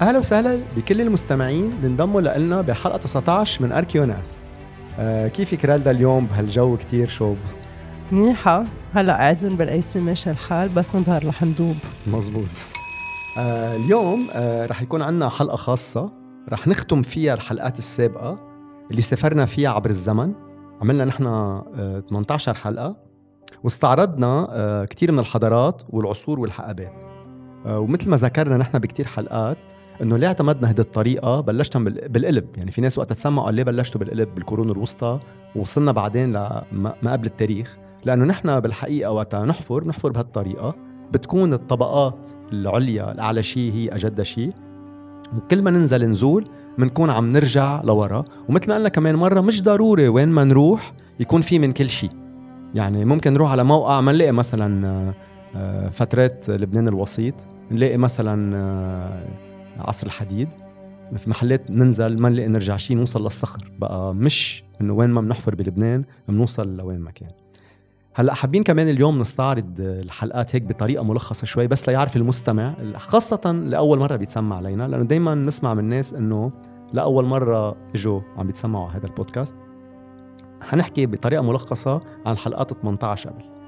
أهلا وسهلا بكل المستمعين اللي انضموا لنا بحلقة 19 من أركيوناس. كيفك رالدا اليوم بهالجو كتير شوب؟ منيحة. هلأ قاعدين بالأيسي ماشي الحال بس نظهر رح ندوب. مزبوط. اليوم رح يكون عنا حلقة خاصة رح نختم فيها الحلقات السابقة اللي سافرنا فيها عبر الزمن. عملنا نحن 18 حلقة واستعرضنا كتير من الحضارات والعصور والحقبات. ومثل ما ذكرنا نحن بكتير حلقات انه ليه اعتمدنا هذه الطريقه. بلشنا بالقلب، يعني في ناس وقت تسمعوا ليه بلشتوا بالقلب بالقرون الوسطى ووصلنا بعدين لما قبل التاريخ، لانه نحن بالحقيقه وقت نحفر بهالطريقه بتكون الطبقات العليا الاعلى شيء هي اجد شيء، وكل ما ننزل نزول بنكون عم نرجع لورا. ومثل ما قلنا كمان مره مش ضروري وين ما نروح يكون في من كل شيء، يعني ممكن نروح على موقع ما نلاقي مثلا فترات لبنان الوسيط، نلاقي مثلا عصر الحديد، في محلات ننزل ما نلاقي نرجع شيء نوصل للصخر. بقى مش انه وين ما بنحفر بلبنان بنوصل لوين ما كان. هلا حابين كمان اليوم نستعرض الحلقات هيك بطريقه ملخصه شوي بس ليعرف المستمع، خاصه لاول مره بيتسمع علينا، لانه دايما نسمع من الناس انه لاول مره اجوا عم بيتسمعوا هذا البودكاست. حنحكي بطريقه ملخصه عن حلقات 18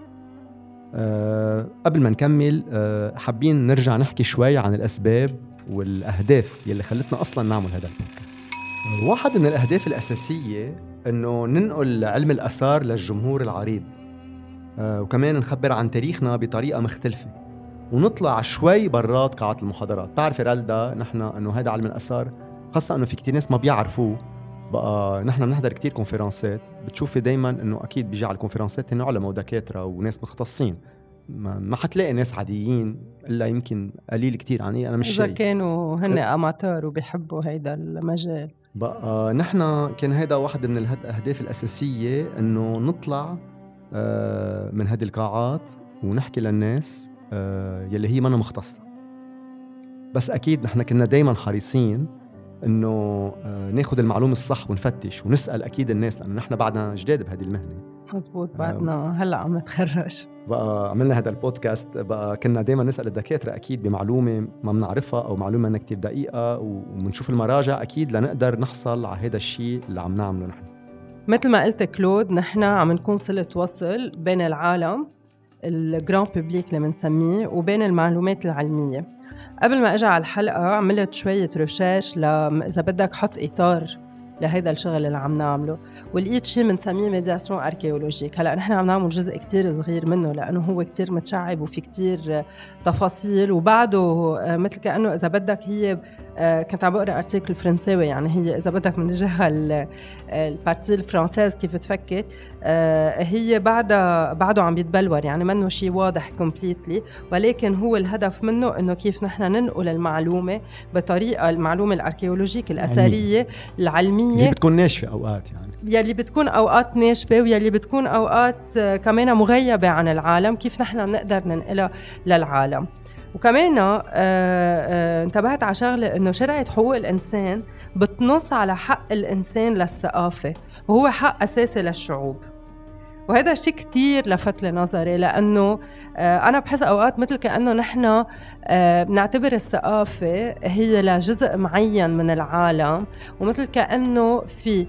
قبل ما نكمل حابين نرجع نحكي شوي عن الأسباب والأهداف يلي خلتنا أصلا نعمل هذا البودكاست. واحد من الأهداف الأساسية أنه ننقل علم الآثار للجمهور العريض، وكمان نخبر عن تاريخنا بطريقة مختلفة ونطلع شوي برات قاعات المحاضرات. تعرف رالدا نحن أنه هذا علم الآثار خاصة أنه في كتير ناس ما بيعرفوه. بقى نحن بنحضر كتير كونفرنسات، بتشوفي دايما انه اكيد بيجي على الكونفرنسات هن علماء ودكاتره وناس مختصين، ما حتلاقي ناس عاديين الا يمكن قليل كتير عني انا مش إذا شايف كانوا هن اماتور وبيحبوا هيدا المجال. بقى نحن كان هيدا واحد من الاهداف الاساسيه انه نطلع من هذه القاعات ونحكي للناس يلي هي منا مختصه. بس اكيد نحن كنا دايما حريصين انه ناخد المعلومه الصح ونفتش ونسال اكيد الناس، لانه نحن بعدنا جداد بهذه المهنه. مزبوط، بعدنا هلا عم نتخرج. بقى عملنا هذا البودكاست، بقى كنا دايما نسال الدكاتره اكيد بمعلومه ما بنعرفها او معلومه انها كتير دقيقه، وبنشوف المراجع اكيد لنقدر نحصل على هذا الشيء اللي عم نعمله نحن. مثل ما قلت كلود، نحن عم نكون صلة وصل بين العالم الجران بيبليك اللي بنسميه وبين المعلومات العلميه. قبل ما اجي على الحلقه عملت شويه ريسيرش اذا بدك حط اطار لهيدا الشغل اللي عم نعمله، ولقيت شيء بنسميه ميدياسيون اركيولوجيك. هلا نحن عم نعمل جزء كتير صغير منه لانه هو كتير متشعب وفي كتير تفاصيل، وبعده مثل كانه اذا بدك هي كنت عم بقرا ارتيكل فرنساوي، يعني هي اذا بدك من جهه البارتي الفرنسيز كيف تفكر، هي بعده عم بيتبلور، يعني منه شيء واضح كومبليتلي، ولكن هو الهدف منه انه كيف نحن ننقل المعلومه بطريقه المعلومه الاركيولوجيك الاثريه العلميه اللي بتكون ناشفه اوقات، يعني يلي بتكون اوقات ناشفه ويلي بتكون اوقات كمان مغيبه عن العالم، كيف نحن بنقدر ننقلها للعالم. وكمان انتبهت على شغله انه شريعه حقوق الانسان بتنص على حق الانسان للثقافه، وهو حق اساسي للشعوب. وهذا الشيء كتير لفت لنظري، لأنه أنا بحس أوقات مثل كأنه نحن بنعتبر الثقافة هي لجزء معين من العالم، ومثل كأنه في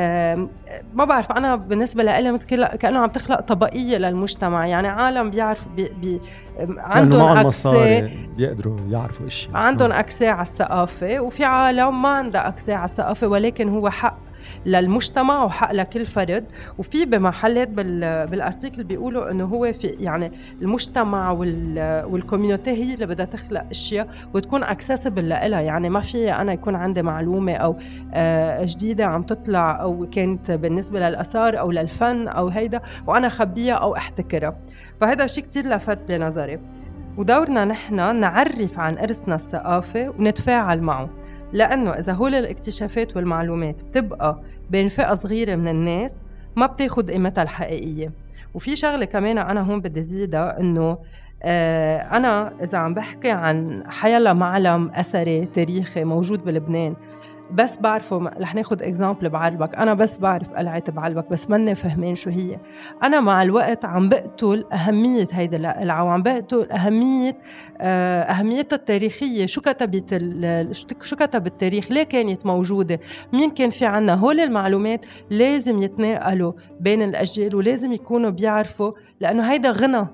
ما بعرف، أنا بالنسبة لي مثل كأنه عم تخلق طبقية للمجتمع. يعني عالم بيعرف عندهم أكسي، بيقدروا يعرفوا إشي، عندهم أكسي على الثقافة، وفي عالم ما عندها أكسي على الثقافة، ولكن هو حق للمجتمع وحق لكل فرد. وفي بمحلات بالارتيكل بيقولوا انه هو في يعني المجتمع والكوميونتي هي اللي بدها تخلق اشياء وتكون اكسسبل لها، يعني ما في انا يكون عندي معلومه او جديده عم تطلع او كانت بالنسبه للاثار او للفن او هيدا وانا خبيها او احتكرها. فهذا شيء كتير لفت لنظري، ودورنا نحن نعرف عن ارثنا الثقافي ونتفاعل معه، لأنه إذا هول الاكتشافات والمعلومات بتبقى بين فئة صغيرة من الناس ما بتاخد قيمتها الحقيقية. وفي شغلة كمان أنا هون بدي زيدها، إنه أنا إذا عم بحكي عن حيلا معلم أثري تاريخي موجود بلبنان بس بعرفه. رح ناخد اكزامبل بعلبك، انا بس بعرف قلعة بعلبك بس ماني فهمين شو هي. انا مع الوقت عم بقتل اهمية هيدا القلعة، وعم بقتل اهميتها التاريخية. شو كتب التاريخ، ليه كانت موجودة، مين كان في عنا. هول المعلومات لازم يتناقلوا بين الاجيال، ولازم يكونوا بيعرفوا، لانه هيدا غنى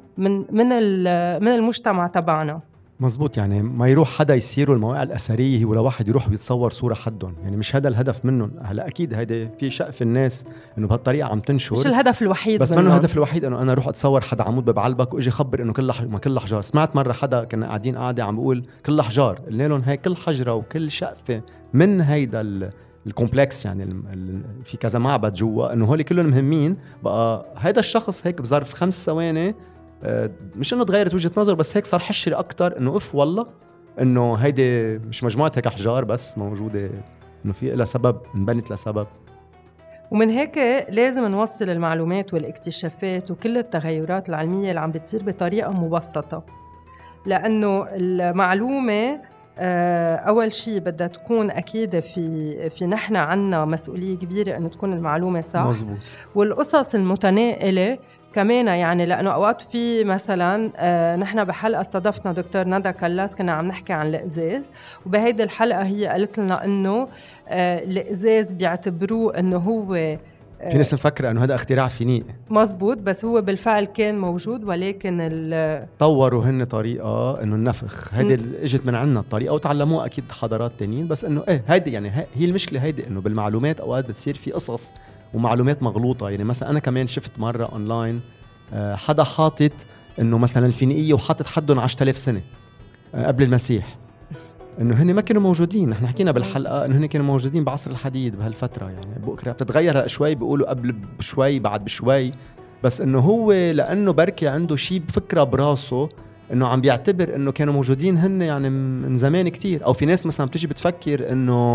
من المجتمع تبعنا. مزبوط. يعني ما يروح حدا يسيروا المواقع الأثرية ولا واحد يروح ويتصور صورة حدهم، يعني مش هذا الهدف منهم. هلا أكيد هيدا في شق في الناس إنه بهالطريقة عم تنشر، مش الهدف الوحيد، بس منه الهدف الوحيد إنه أنا أروح أتصور حدا عمود ببعلبك وإجي خبر إنه ما كل حجار. سمعت مرة حدا كنا قاعدين قاعدة عم بقول كل حجار، قلنا لهم هاي كل حجرة وكل شقفة من هيدا الكومبلكس، يعني في كذا معبد جوا، إنه هولي كلهم مهمين. بقى هيدا الشخص هيك بظرف 5 ثواني مش انه تغيرت وجهة نظر، بس هيك صار حشري اكتر انه والله انه هيدي مش مجموعة هيك احجار بس موجودة، انه في لها سبب، انبنت لسبب. ومن هيك لازم نوصل المعلومات والاكتشافات وكل التغيرات العلمية اللي عم بتصير بطريقة مبسطة، لأنه المعلومة أول شيء بدها تكون أكيدة في نحن عنا مسؤولية كبيرة أنه تكون المعلومة صح. مزبوط. والقصص المتناقلة كمان، يعني لأنه أوقات في مثلا نحن بحلقة استضفنا دكتور ندى كلاس كنا عم نحكي عن الإزاز، وبهيدي الحلقة هي قالت لنا أنه الإزاز بيعتبروه أنه هو في ناس مفكرة أنه هذا اختراع فينيق. مزبوط، بس هو بالفعل كان موجود، ولكن طوروا هن طريقة أنه النفخ هيدي اجت من عنا الطريقة وتعلموها أكيد حضارات تانيين، بس أنه هيدي يعني هي المشكلة. هيدي أنه بالمعلومات أوقات بتصير في قصص ومعلومات مغلوطة. يعني مثلا أنا كمان شفت مرة أونلاين حدا حاطط أنه مثلا الفينيقية وحاطط حدهم 10,000 سنة قبل المسيح، انه هن ما كانوا موجودين. نحن حكينا بالحلقه انه هن كانوا موجودين بعصر الحديد بهالفتره، يعني بكره بتتغير شوي، بيقولوا قبل بشوي بعد بشوي، بس انه هو لانه بركي عنده شيء بفكره براسه انه عم بيعتبر انه كانوا موجودين هن يعني من زمان كتير. او في ناس مثلا بتيجي بتفكر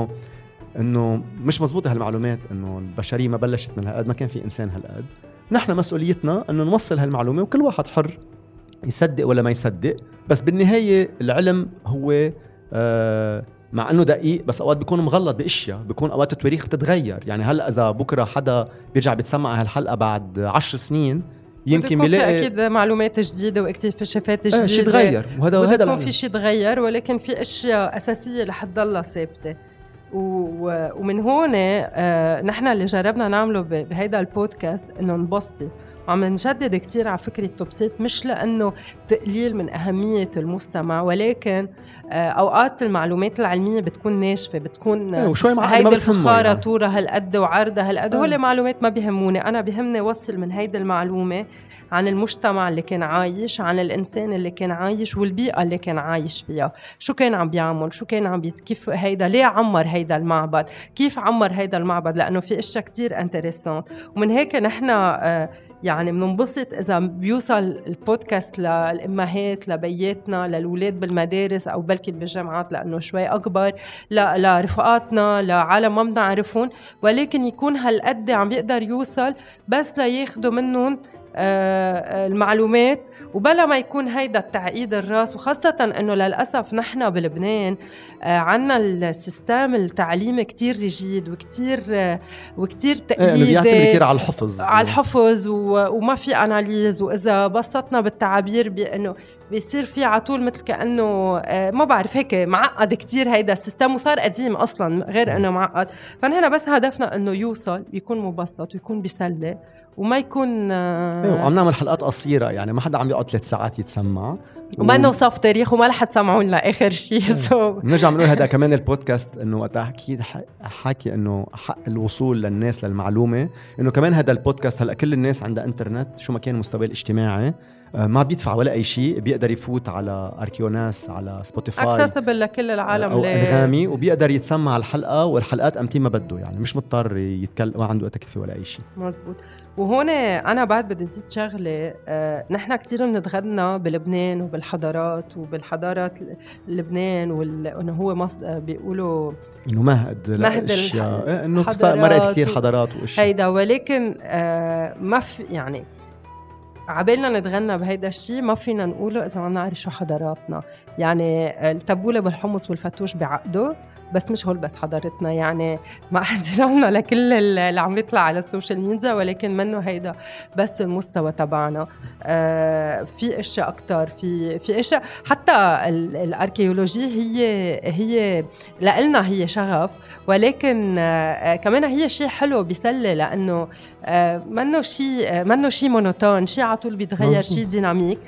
انه مش مزبوطه هالمعلومات، انه البشريه ما بلشت من هالقد، ما كان في انسان هالقد. نحن مسؤوليتنا انه نوصل هالمعلومه وكل واحد حر يصدق ولا ما يصدق، بس بالنهايه العلم هو مع انه دقيق بس اوقات بيكون مغلط باشياء، بيكون اوقات التواريخ بتتغير. يعني هلا اذا بكره حدا بيرجع بيتسمع هالحلقه بعد 10 سنين يمكن بيلاقي اكيد معلومات جديده واكتشافات جديده، شيء تغير، وهذا في شيء تغير، ولكن في اشياء اساسيه رح تضلها ثابته. ومن هون نحن اللي جربنا نعمله بهيدا البودكاست انه نبسط، وعم نجدد كتير على فكرة تبسيط، مش لأنه تقليل من أهمية المستمع، ولكن أوقات المعلومات العلمية بتكون ناشفة، بتكون هيدا الفخارة يعني. طورها هالقد وعرضها هالقد، هول معلومات ما بيهموني. أنا بيهمني وصل من هيدا المعلومة عن المجتمع اللي كان عايش، عن الإنسان اللي كان عايش، والبيئة اللي كان عايش فيها، شو كان عم بيعمل، شو كان عم كيف هيدا، ليه عمر هيدا المعبد، كيف عمر هيدا المعبد، لأنه في اشياء كتير انتريسانت. ومن هيك نحن يعني بننبسط إذا بيوصل البودكاست للأمهات، لبياتنا، للولاد بالمدارس أو بلكي بالجامعات لأنه شوي أكبر، لرفقاتنا، لعالم ما بنعرفون، ولكن يكون هالقد عم بيقدر يوصل بس لياخدوا منهم المعلومات، وبلا ما يكون هيدا التعقيد الراس. وخاصة أنه للأسف نحن بلبنان عنا السيستم التعليمي كتير رجيد وكتير تقليدي، بيعتمد كتير على الحفظ وما في أناليز. وإذا بسطنا بالتعابير بأنه بيصير في عطول مثل كأنه ما بعرف هيك معقد كتير هيدا السيستم، وصار قديم أصلا غير أنه معقد. فنحن بس هدفنا أنه يوصل، يكون مبسط ويكون بيسلي وما يكون وعم نعمل حلقات قصيرة، يعني ما حدا عم يقعد 3 ساعات يتسمع، وما نوصف تاريخ وما رح تسمعون لآخر شيء. نرجع بنقول هذا كمان البودكاست انه وقت اكيد حكي انه حق الوصول للناس للمعلومة، انه كمان هذا البودكاست هلا كل الناس عندها انترنت شو ما كان مستوى الاجتماعي، ما بيدفع ولا أي شيء، بيقدر يفوت على أركيوناس، على سبوتيفاي، أكسسبل لكل العالم أو أنغامي، وبيقدر يتسمع الحلقة والحلقات أمتى ما بده، يعني مش مضطر يتكلم، ما عنده تكلفة ولا أي شيء. مزبوط. وهون أنا بعد بدي أزيد شغلة، نحن كتير بنتغنى بلبنان وبالحضارات وبالحضارات لبنان، وإنه هو بيقولوا إنه مهد الأشياء، إنه مرت كتير حضارات وأشياء هيدا، ولكن ما في يعني عبالنا نتغنى بهيدا الشيء ما فينا نقوله إذا ما نعرف شو حضاراتنا. يعني التبولة بالحمص والفتوش بعقده، بس مش هول بس حضرتنا، يعني مع احترامنا لكل اللي عم يطلع على السوشيال ميديا، ولكن منه هيدا بس المستوى تبعنا. في اشياء اكتر، في اشياء حتى الاركيولوجي هي لإلنا هي شغف، ولكن كمان هي شيء حلو بيسلي، لانه منه شيء مونوتون، شيء على طول بيتغير، شيء ديناميك.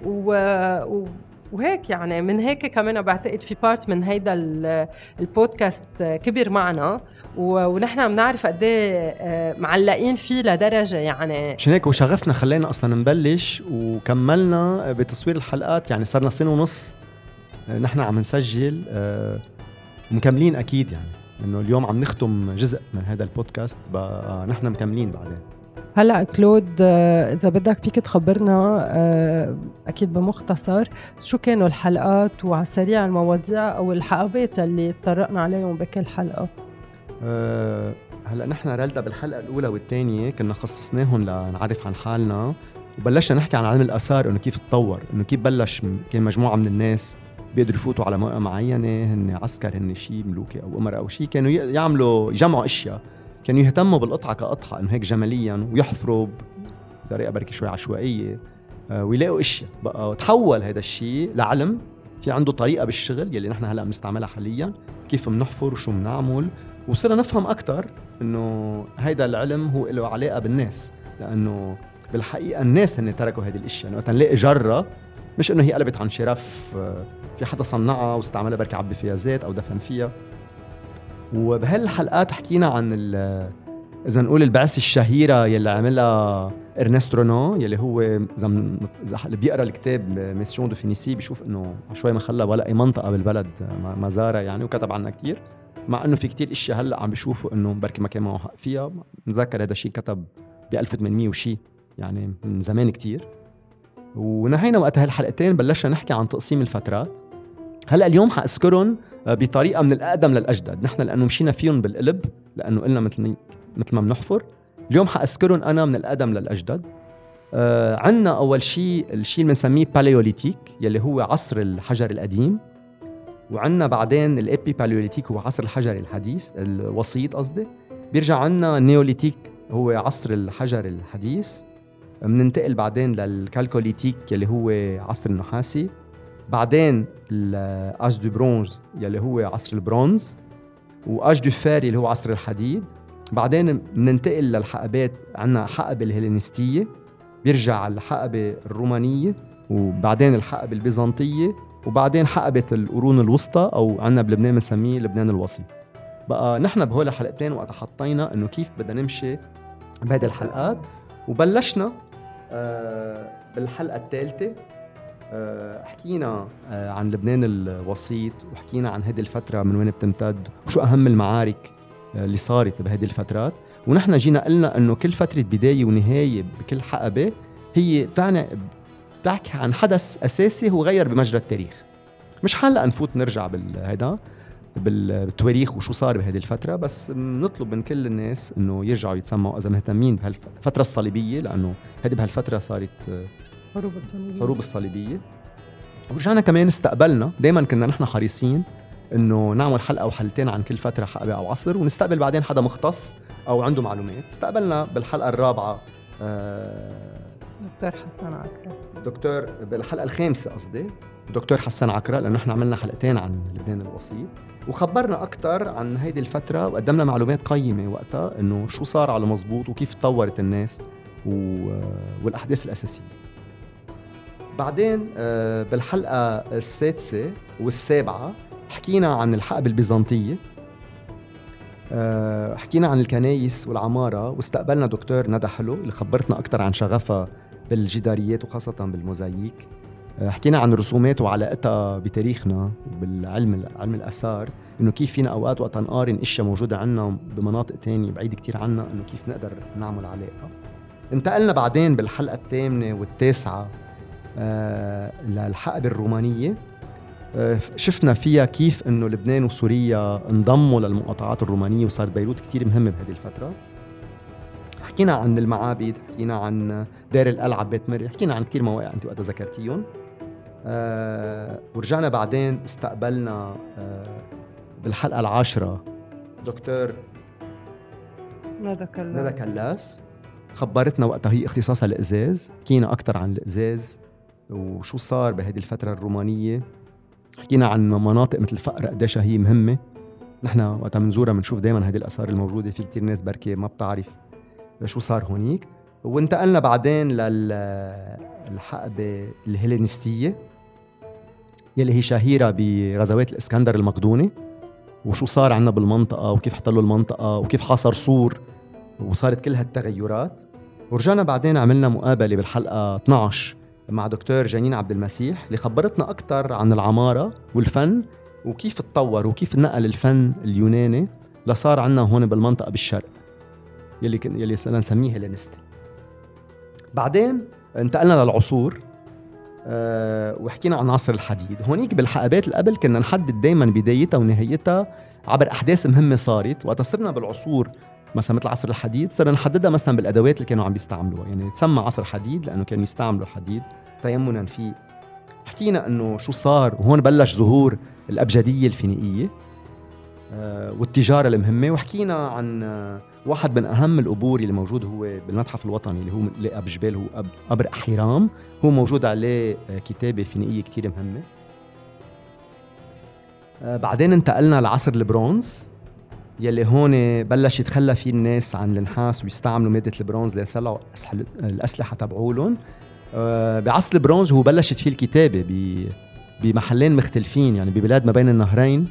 وهيك يعني من هيك كمان بعتقد في بارت من هيدا البودكاست كبر معنا، ونحن بنعرف قد ايه معلقين فيه لدرجه يعني مشان هيك وشغفنا خلينا اصلا نبلش وكملنا بتصوير الحلقات. يعني صرنا 1.5 سنة نحن عم نسجل ومكملين اكيد، يعني انه اليوم عم نختم جزء من هذا البودكاست بقى نحن مكملين بعدين. هلا كلود، اذا بدك فيك تخبرنا اكيد بمختصر شو كانوا الحلقات وعلى السريع المواضيع او الحقبات اللي تطرقنا عليهم بكل حلقه؟ هلا نحن رالدا بالحلقه الاولى والثانيه كنا خصصناهم لنعرف عن حالنا، وبلشنا نحكي عن علم الاثار، انه كيف تطور، انه كيف بلش كان مجموعه من الناس بيقدروا يفوتوا على موقع معينه، هن عسكر، هن شيء ملوكي او امراء او شيء، كانوا يجمعوا اشياء، كانوا يهتموا بالقطعه كقطعه انه هيك جماليا، ويحفروا بطريقه بركي شوي عشوائيه ويلاقوا اشياء. بقى تحول هذا الشيء لعلم، في عنده طريقه بالشغل يلي نحن هلا بنستعملها حاليا، كيف بنحفر وشو بنعمل، وصرنا نفهم اكثر انه هيدا العلم هو له علاقه بالناس، لانه بالحقيقه الناس هن تركوا هذه الاشياء. يعني وقت نلاقي جره مش انه هي قلبت عن شرف في حدا صنعها واستعملها بركي عبي فيها زيت او دفن فيها. وبهالحلقات حكينا عن اذا نقول البعثه الشهيره يلي عملها إرنست رونو، يلي هو اذا اللي بيقرا الكتاب ميسيون دو فينيسي بيشوف انه شوي ما خلى ولا اي منطقه بالبلد ما زارها يعني، وكتب عنها كتير، مع انه في كتير اشياء هلا عم بيشوفوا انه بركي ما كان معه حق فيها. نتذكر هذا الشيء كتب ب 1800 وشي، يعني من زمان كتير. ونهينا وقت هالحلقتين بلشنا نحكي عن تقسيم الفترات. هلا اليوم حأذكرهم بطريقه من الاقدم للاجدد، نحن لانه مشينا فيهم بالقلب، لانه قلنا مثل ما بنحفر. اليوم حأذكرهم انا من الاقدم للاجدد. عندنا اول شيء الشيء اللي بنسميه باليوليتيك، يلي هو عصر الحجر القديم. وعندنا بعدين الابي باليوليتيك، هو عصر الحجر الحديث الوسيط قصدي. بيرجع عندنا النيوليتيك، هو عصر الحجر الحديث. بننتقل بعدين للكالكوليتيك يلي هو عصر النحاسي. بعدين الاج دو برونز يلي هو عصر البرونز، واج دو فير اللي هو عصر الحديد. بعدين بننتقل للحقبات، عندنا حقبة الهيلينستية، بيرجع على الحقبة الرومانية، وبعدين الحقبة البيزنطية، وبعدين حقبة القرون الوسطى، أو عنا بلبنان بنسميه لبنان الوسيط. بقى نحن بهول الحلقتين وقت حطينا إنه كيف بدنا نمشي بهذه الحلقات. وبلشنا بالحلقة الثالثة، حكينا عن لبنان الوسيط، وحكينا عن هذه الفترة من وين بتمتد، وشو أهم المعارك اللي صارت بهذه الفترات. ونحن جينا قلنا إنه كل فترة بداية ونهاية بكل حقبة هي بتحكي عن حدث أساسي هو غير بمجرى التاريخ. مش حالة نفوت نرجع بالتواريخ وشو صار بهذه الفترة، بس نطلب من كل الناس إنه يرجعوا يتسمعوا إذا مهتمين بهالفترة الصليبية، لأنه هذه بهالفترة صارت حروب الصليبية. ورجعنا كمان استقبلنا، دايما كنا نحن حريصين إنه نعمل حلقة أو حلقتين عن كل فترة حقبة أو عصر، ونستقبل بعدين حدا مختص أو عنده معلومات. استقبلنا بالحلقة الرابعة دكتور بالحلقة الخامسة قصدي دكتور حسن عكرة، لأنه احنا عملنا حلقتين عن لبنان الوسيط، وخبرنا أكتر عن هيدي الفترة، وقدمنا معلومات قيمة وقتها إنه شو صار على مزبوط وكيف تطورت الناس والأحداث الأساسية. بعدين بالحلقة السادسة والسابعة حكينا عن الحقبة البيزنطية، حكينا عن الكنايس والعمارة، واستقبلنا دكتور ندى حلو اللي خبرتنا أكتر عن شغفها بالجداريات وخاصة بالموزاييك. حكينا عن الرسومات وعلاقتها بتاريخنا وبالعلم الآثار، إنه كيف فينا أوقات وقت نقارن إشياء موجودة عنا بمناطق تانية بعيد كتير عنا، إنه كيف نقدر نعمل علاقة. انتقلنا بعدين بالحلقة الثامنة والتاسعة للحقبة الرومانية. شفنا فيها كيف إنه لبنان وسوريا انضموا للمقاطعات الرومانية، وصار بيروت كتير مهمة بهذه الفترة. حكينا عن المعابد، حكينا عن دير القلعة ببيت مري، حكينا عن كتير مواقع أنت وقتها ذكرتيهم. ورجعنا بعدين استقبلنا بالحلقة 10 دكتور ندى كلاس خبرتنا وقتها هي اختصاصها الإزاز، حكينا أكتر عن الإزاز وشو صار بهذه الفترة الرومانية. حكينا عن مناطق مثل فقرة قديش هي مهمة، نحن وقتها منزورها منشوف دايما هذه الآثار الموجودة، في كتير ناس بركة ما بتعرف شو صار هونيك. وانتقلنا بعدين للحقبة الهيلينستية يلي هي شهيرة بغزوات الإسكندر المقدوني، وشو صار عنا بالمنطقة وكيف احتلوا المنطقة وكيف حاصر سور وصارت كل هالتغيرات. ورجعنا بعدين عملنا مقابلة بالحلقة 12 مع دكتور جانين عبد المسيح اللي خبرتنا أكتر عن العمارة والفن وكيف تطور وكيف نقل الفن اليوناني لصار عنا هون بالمنطقة بالشرق يلي صرنا نسميه هيلينستي. بعدين انتقلنا للعصور وحكينا عن عصر الحديد. هونيك بالحقبات القبل كنا نحدد دايما بدايتها ونهايتها عبر أحداث مهمة صارت، وقت صرنا بالعصور مثلا مثل عصر الحديد صرنا نحددها مثلا بالأدوات اللي كانوا عم بيستعملوها، يعني تسمى عصر الحديد لأنه كانوا يستعملوا الحديد تيمنا فيه. حكينا أنه شو صار وهون بلش ظهور الأبجدية الفينيقية والتجارة المهمة، وحكينا عن واحد من أهم القبور اللي موجود هو بالمتحف الوطني اللي هو لقى بجبال، هو قبر أحيرام، هو موجود عليه كتابة فينيقية كتير مهمة. بعدين انتقلنا لعصر البرونز يلي هون بلش يتخلى فيه الناس عن النحاس ويستعملوا مادة البرونز ليصنعوا الأسلحة تبعولن. بعصر البرونز هو بلشت فيه الكتابة بمحلين مختلفين، يعني ببلاد ما بين النهرين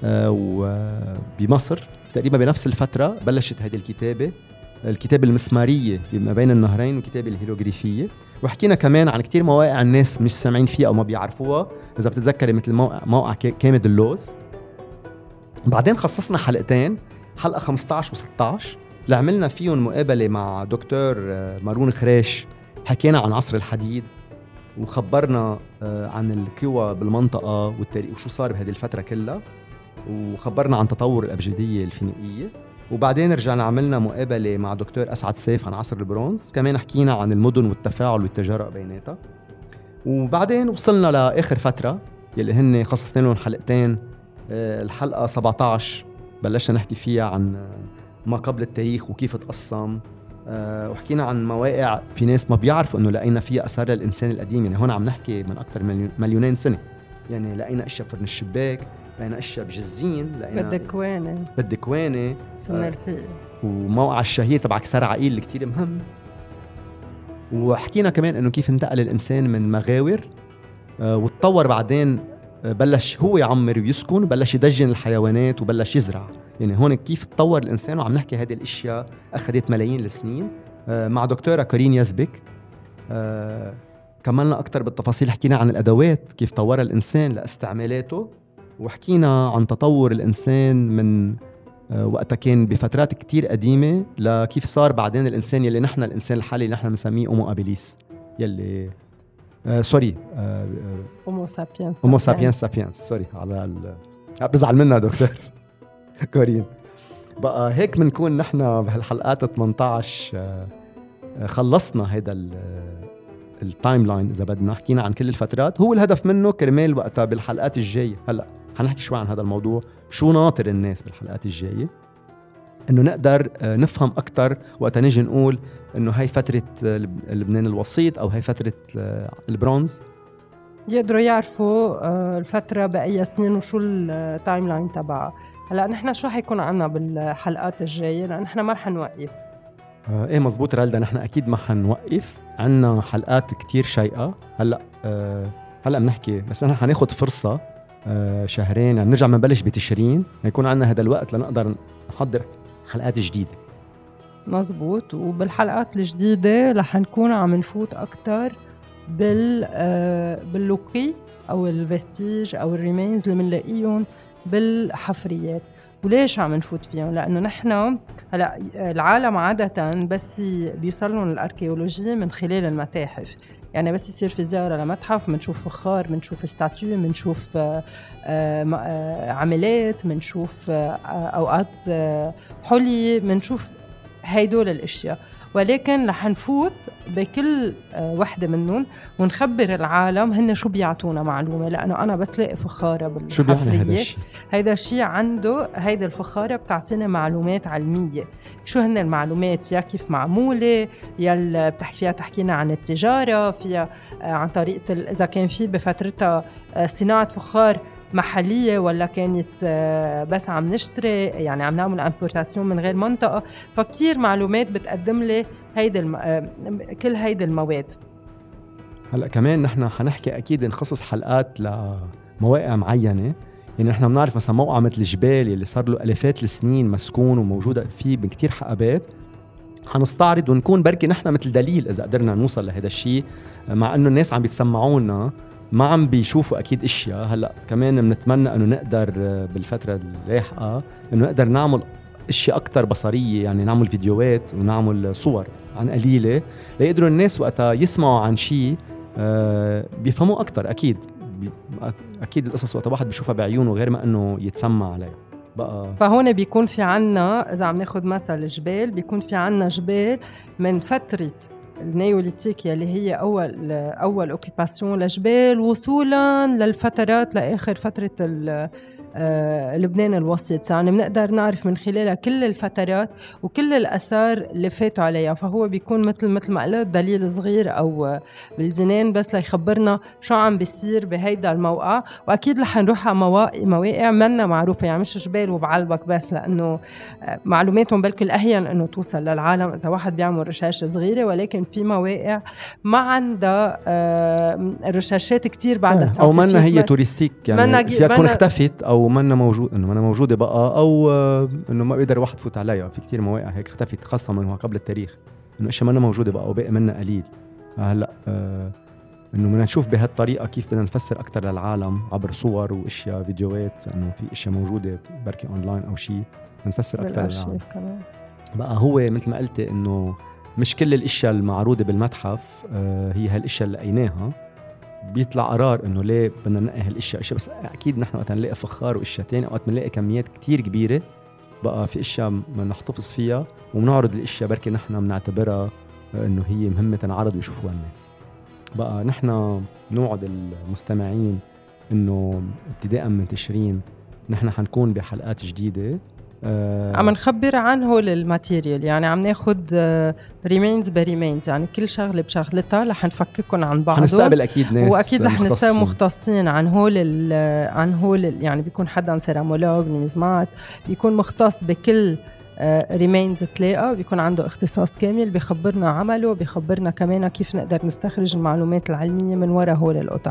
وبمصر تقريبا بنفس الفترة بلشت هذه الكتابة المسمارية ما بين النهرين والكتابة الهيروغليفية. وحكينا كمان عن كتير مواقع الناس مش سامعين فيها أو ما بيعرفوها، إذا بتتذكري مثل موقع كامد اللوز. بعدين خصصنا حلقتين، حلقة 15 و16 اللي عملنا فيهم مقابلة مع دكتور مارون خريش، حكينا عن عصر الحديد وخبرنا عن القوى بالمنطقة والتاريخ وشو صار بهذه الفترة كلها، وخبرنا عن تطور الأبجدية الفينيقية. وبعدين رجعنا عملنا مقابلة مع دكتور أسعد سيف عن عصر البرونز، كمان حكينا عن المدن والتفاعل والتجارة بيناتها. وبعدين وصلنا لآخر فترة يلي هن خصصنا لهم حلقتين، الحلقة 17 بلشنا نحكي فيها عن ما قبل التاريخ وكيف تقسم، وحكينا عن مواقع في ناس ما بيعرفوا انه لقينا فيها اثار الانسان القديم. يعني هون عم نحكي من اكثر من مليونين سنه، يعني لقينا اشياء فرن الشباك، لقينا اشياء بجزين، لقينا بالدكوانه وموقع الشهير تبع كسر عقيل اللي كتير مهم. وحكينا كمان انه كيف انتقل الانسان من مغاور وتطور، بعدين بلش هو يعمر ويسكن وبلش يدجن الحيوانات وبلش يزرع. يعني هون كيف تطور الإنسان، وعم نحكي هذه الأشياء أخذت ملايين السنين مع دكتورة كورين يزبك. كملنا أكتر بالتفاصيل، حكينا عن الأدوات كيف طورها الإنسان لاستعمالاته، وحكينا عن تطور الإنسان من وقتها كان بفترات كتير قديمة لكيف صار بعدين الإنسان يلي نحن الإنسان الحالي اللي نحن بنسميه أومو أبيليس، يلي سوري هومو سابينس سوري على بزعل منها دكتور كورين. بقى هيك بنكون نحن بهالحلقات 18 خلصنا هيدا التايم لاين إذا بدنا. حكينا عن كل الفترات، هو الهدف منه كرمال وقتها بالحلقات الجاية هلأ حنحكي شوي عن هذا الموضوع، شو ناطر الناس بالحلقات الجاية، إنه نقدر نفهم أكتر وقتها نيجي نقول إنه هاي فترة لبنان الوسيط أو هاي فترة البرونز، يقدروا يعرفوا الفترة بأي سنين وشو التايم لاين تبعها. هلأ نحن شو حيكون عنا بالحلقات الجاية، لأن نحن ما رح نوقف. ايه مزبوط رالدا، نحن أكيد ما حنوقف، عنا حلقات كتير شيقة. هلأ بنحكي بس نحن حناخد فرصة شهرين، يعني نرجع منبلش بتشرين، يكون عنا هذا الوقت لنقدر نحضر حلقات جديدة. مزبوط. وبالحلقات الجديدة رح نكون عم نفوت أكتر باللوقي أو الفستيج أو الريمينز اللي منلاقيهم بالحفريات. وليش عم نفوت فيهم؟ لأنه نحن هلأ العالم عادة بس بيوصلون الأركيولوجيا من خلال المتاحف، يعني بس يصير في زيارة لمتحف منشوف فخار، منشوف استاتيو، منشوف عملات، منشوف أوقات حلي، منشوف هيدول الأشياء. ولكن رح نفوت بكل وحدة منهم ونخبر العالم هن شو بيعطونا معلومة، لأنه أنا بس لاقي فخارة بالحفرية. شو بيعني هذا الشيء؟ هيدا الشيء عنده هيدا الفخارة بتعطينا معلومات علمية. شو هن المعلومات؟ يا كيف معمولة، يا بتحكي فيها تحكينا عن التجارة، فيها عن طريقة إذا كان في بفترتها صناعة فخار محلية ولا كانت بس عم نشتري، يعني عم نعمل امبورتاسيون من غير منطقة. فكتير معلومات بتقدم لي كل هيدا المواد. هلأ كمان نحن حنحكي أكيد نخصص حلقات لمواقع معينة. يعني نحن بنعرف مثلا موقع مثل الجبال اللي صار له ألفات السنين مسكون وموجودة فيه بكتير حقبات، حنستعرض ونكون بركي نحن مثل دليل إذا قدرنا نوصل لهذا الشيء، مع أنه الناس عم بيتسمعونا ما عم بيشوفوا أكيد إشياء. هلأ كمان بنتمنى أنه نقدر بالفترة اللاحقة أنه نقدر نعمل إشياء أكتر بصرية، يعني نعمل فيديوهات ونعمل صور عن قليلة ليقدروا الناس وقتها يسمعوا عن شيء بيفهموا أكتر. أكيد القصص وقت واحد بيشوفها بعيونه غير ما أنه يتسمع عليه بقى. فهون بيكون في عنا، إذا عم ناخد مثل الجبال، بيكون في عنا جبال من فترة النيوليتيك اللي هي أول أوكيباسيون لجبال، وصولاً للفترات لآخر فترة لبنان الوسط. يعني بنقدر نعرف من خلالها كل الفترات وكل الأثار اللي فاتوا عليها. فهو بيكون مثل ما قلت دليل صغير أو بالجنان بس ليخبرنا شو عم بيصير بهيدا الموقع. وأكيد رح نروح على مواقع منا معروفة، يعني مش جبال وبعلبك بس، لأنه معلوماتهم بلكي الأهين أنه توصل للعالم إذا واحد بيعمل رشاش صغيرة. ولكن في مواقع ما عندها رشاشات كتير بعد أو منا هي توريستيك، يعني فيها تكون اختفت أو منا موجود، إنه منا موجودة بقى، أو إنه ما بيقدر واحد فوت عليها. في كتير مواقع هيك اختفت خاصة من قبل التاريخ، إنه إشياء منا موجودة بقى وباقي منا قليل. هلأ إنه بدنا نشوف بهالطريقة كيف بدنا نفسر أكتر للعالم عبر صور وإشياء فيديوهات، إنه في إشياء موجودة بركي أونلاين أو شيء نفسر أكتر للعالم. بقى هو مثل ما قلت إنه مش كل الإشياء المعروضة بالمتحف هي هالإشياء اللي لقيناها. بيطلع قرار انه ليه بدنا ننقي هالاشياء بس اكيد نحن وقت نلاقي فخار واشياء تانية، وقت بنلاقي كميات كتير كبيره بقى في اشياء بنحتفظ فيها وبنعرض الاشياء بركي نحن بنعتبرها انه هي مهمه تنعرض ويشوفوها الناس. بقى نحن بنوعد المستمعين انه ابتداء من تشرين نحن حنكون بحلقات جديده عم نخبر عن هول الماتيريال، يعني عم ناخد ريمينز بريمينز، يعني كل شغله بشغلتها رح نفككن عن بعض. حنستقبل اكيد ناس واكيد رح نستقبل مختصين عن هول يعني بيكون حدا سيرامولوج نيزمات بيكون مختص بكل ريمينز تلاقى، بيكون عنده اختصاص كامل بيخبرنا عمله، بيخبرنا كمان كيف نقدر نستخرج المعلومات العلميه من وراء هول القطع.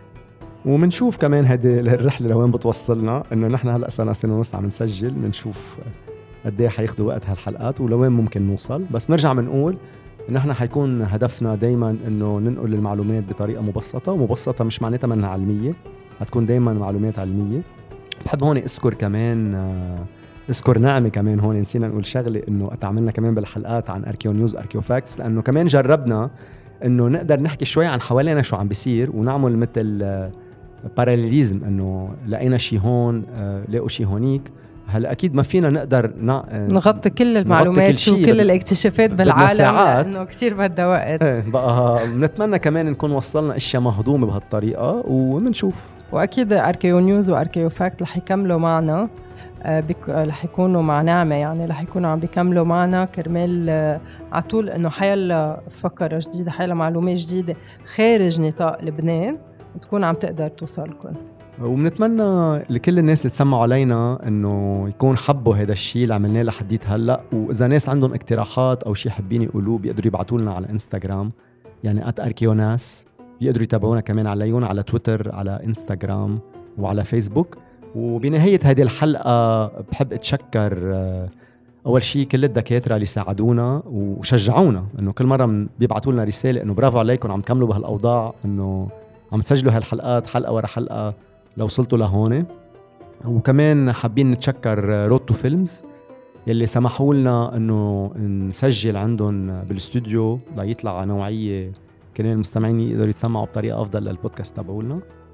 ومنشوف كمان هذه الرحله لوين بتوصلنا، انه نحن هلا صرنا سنه ونص عم نسجل، بنشوف قد ايه حياخذوا وقت هالحلقات ولوين ممكن نوصل. بس نرجع بنقول ان نحن حيكون هدفنا دايما انه ننقل المعلومات بطريقه مبسطه، ومبسطه مش معناتها منها علميه، حتكون دايما معلومات علميه. بحب هون اذكر كمان اذكر نعمه كمان هون نسينا نقول شغله، انه اتعاملنا كمان بالحلقات عن اركيو نيوز اركيو فاكتس، لانه كمان جربنا انه نقدر نحكي شوي عن حوالينا شو عم بيصير ونعمل مثل باراليزم، انه لقينا شيء هون لقوا شيء هونيك. هلا اكيد ما فينا نقدر نغطي كل المعلومات وكل الاكتشافات بالعالم، لانه كثير بدها وقت. بقى بنتمنى كمان نكون وصلنا اشياء مهضومه بهالطريقه وبنشوف. واكيد اركيو نيوز واركيو فاكت رح يكملوا معنا، رح يكونوا مع نعمه، يعني رح يكونوا عم بيكملوا معنا كرمال عطول انه حيلا فكره جديده، حيلا معلومات جديده خارج نطاق لبنان تكون عم تقدر توصلكم. وبنتمنى لكل الناس اللي تسمعوا علينا انه يكون حبوا هذا الشيء اللي عملناه لحديت هلا. واذا ناس عندهم اقتراحات او شيء حابين يقولوه بيقدروا يبعتوا لنا على انستغرام، يعني @arkeonas. بيقدروا يتابعونا كمان عليهم على تويتر، على انستغرام، وعلى فيسبوك. وبنهايه هذه الحلقه بحب اتشكر اول شيء كل الدكاتره اللي ساعدونا وشجعونا، انه كل مره بيبعتوا لنا رساله انه برافو عليكم عم تكملوا بهالاوضاع، انه عم تسجلوا هالحلقات حلقة ورا حلقة لو وصلتوا لهون. وكمان حابين نتشكر رود تو فيلمز يلي سمحوا لنا انه نسجل عندهم بالاستوديو ليطلع نوعية كمان المستمعين يقدروا يتسمعوا بطريقة افضل للبودكاست تبعولنا.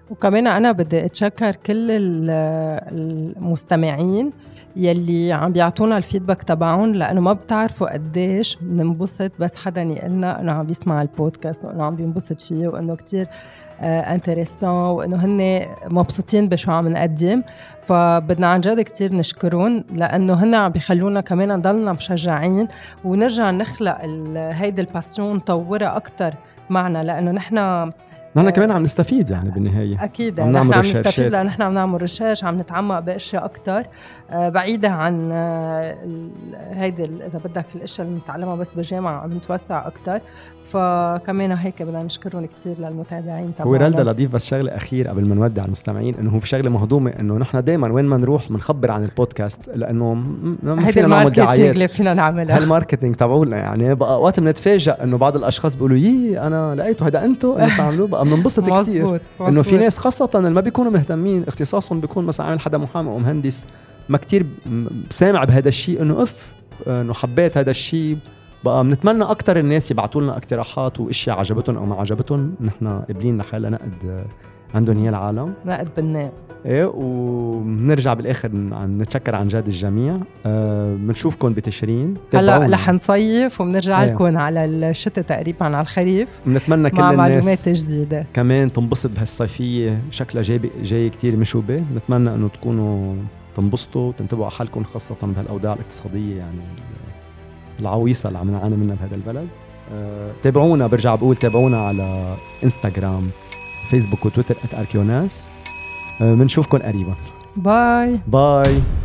وكمان أنا بدي أتشكر كل المستمعين يلي عم بيعطونا الفيدباك تبعهم، لأنه ما بتعرفوا قديش بننبسط بس حدا يقلنا أنه عم بيسمع البودكاست وأنه عم بينبسط فيه وأنه كتير انتريسان وأنه هن مبسوطين بشو عم نقدم. فبدنا عن جد كتير نشكرون، لأنه هن عم بيخلونا كمان نضلنا مشجعين ونرجع نخلق هيدي الباسيون نطورها أكتر معنا، لأنه نحن كمان عم نستفيد يعني بالنهاية. أكيد نحن عم نستفيد لأن نحن عم نعمل ريسيرش، عم نتعمق بأشياء أكتر بعيدة عن هيدي إذا بدك الأشياء اللي نتعلمها بس بالجامعة، عم نتوسع أكتر. فكمان هيك بدنا نشكرون كتير للمتابعين تبعنا. ورالدا لطيف بس شغلة أخير قبل ما نودع المستمعين، إنه هو في شغلة مهضومة إنه نحن دايما وين ما نروح منخبر عن البودكاست، لأنه ما فينا نعمل دعايات اللي فينا نعملها هالماركتينج تبعولنا. يعني بقى وقت بنتفاجأ إنه بعض الأشخاص بيقولوا أنا لقيته هذا أنتو اللي بتعملوه، بقى بننبسط كتير إنه في ناس خاصة اللي ما بيكونوا مهتمين اختصاصهم بيكون مثلا عامل حدا محامي أو مهندس ما كتير سامع بهذا الشيء، إنه حبيت هذا الشيء. بقى بنتمنى أكتر الناس يبعتوا لنا اقتراحات وإشياء عجبتهم أو ما عجبتهم، نحن قبلين لحالة نقد عندهم هي العالم نقد بالناء. إيه، وبنرجع بالآخر نتشكر عن جد الجميع. بنشوفكم بتشرين هلا رح نصيف وبنرجع لكم على الشتاء تقريبا على الخريف. بنتمنى كل مع الناس معلومات جديدة كمان تنبسط بهالصيفية شكلها جاي كتير مشوبة. نتمنى أنه تكونوا تنبسطوا وتنتبهوا على حالكم، خاصة بهالأوضاع الاقتصادية يعني العويصة اللي عم نعاني منها بهذا البلد. تابعونا، برجع بقول تابعونا على انستغرام فيسبوك وتويتر @arkeonas. بنشوفكم قريبا. باي.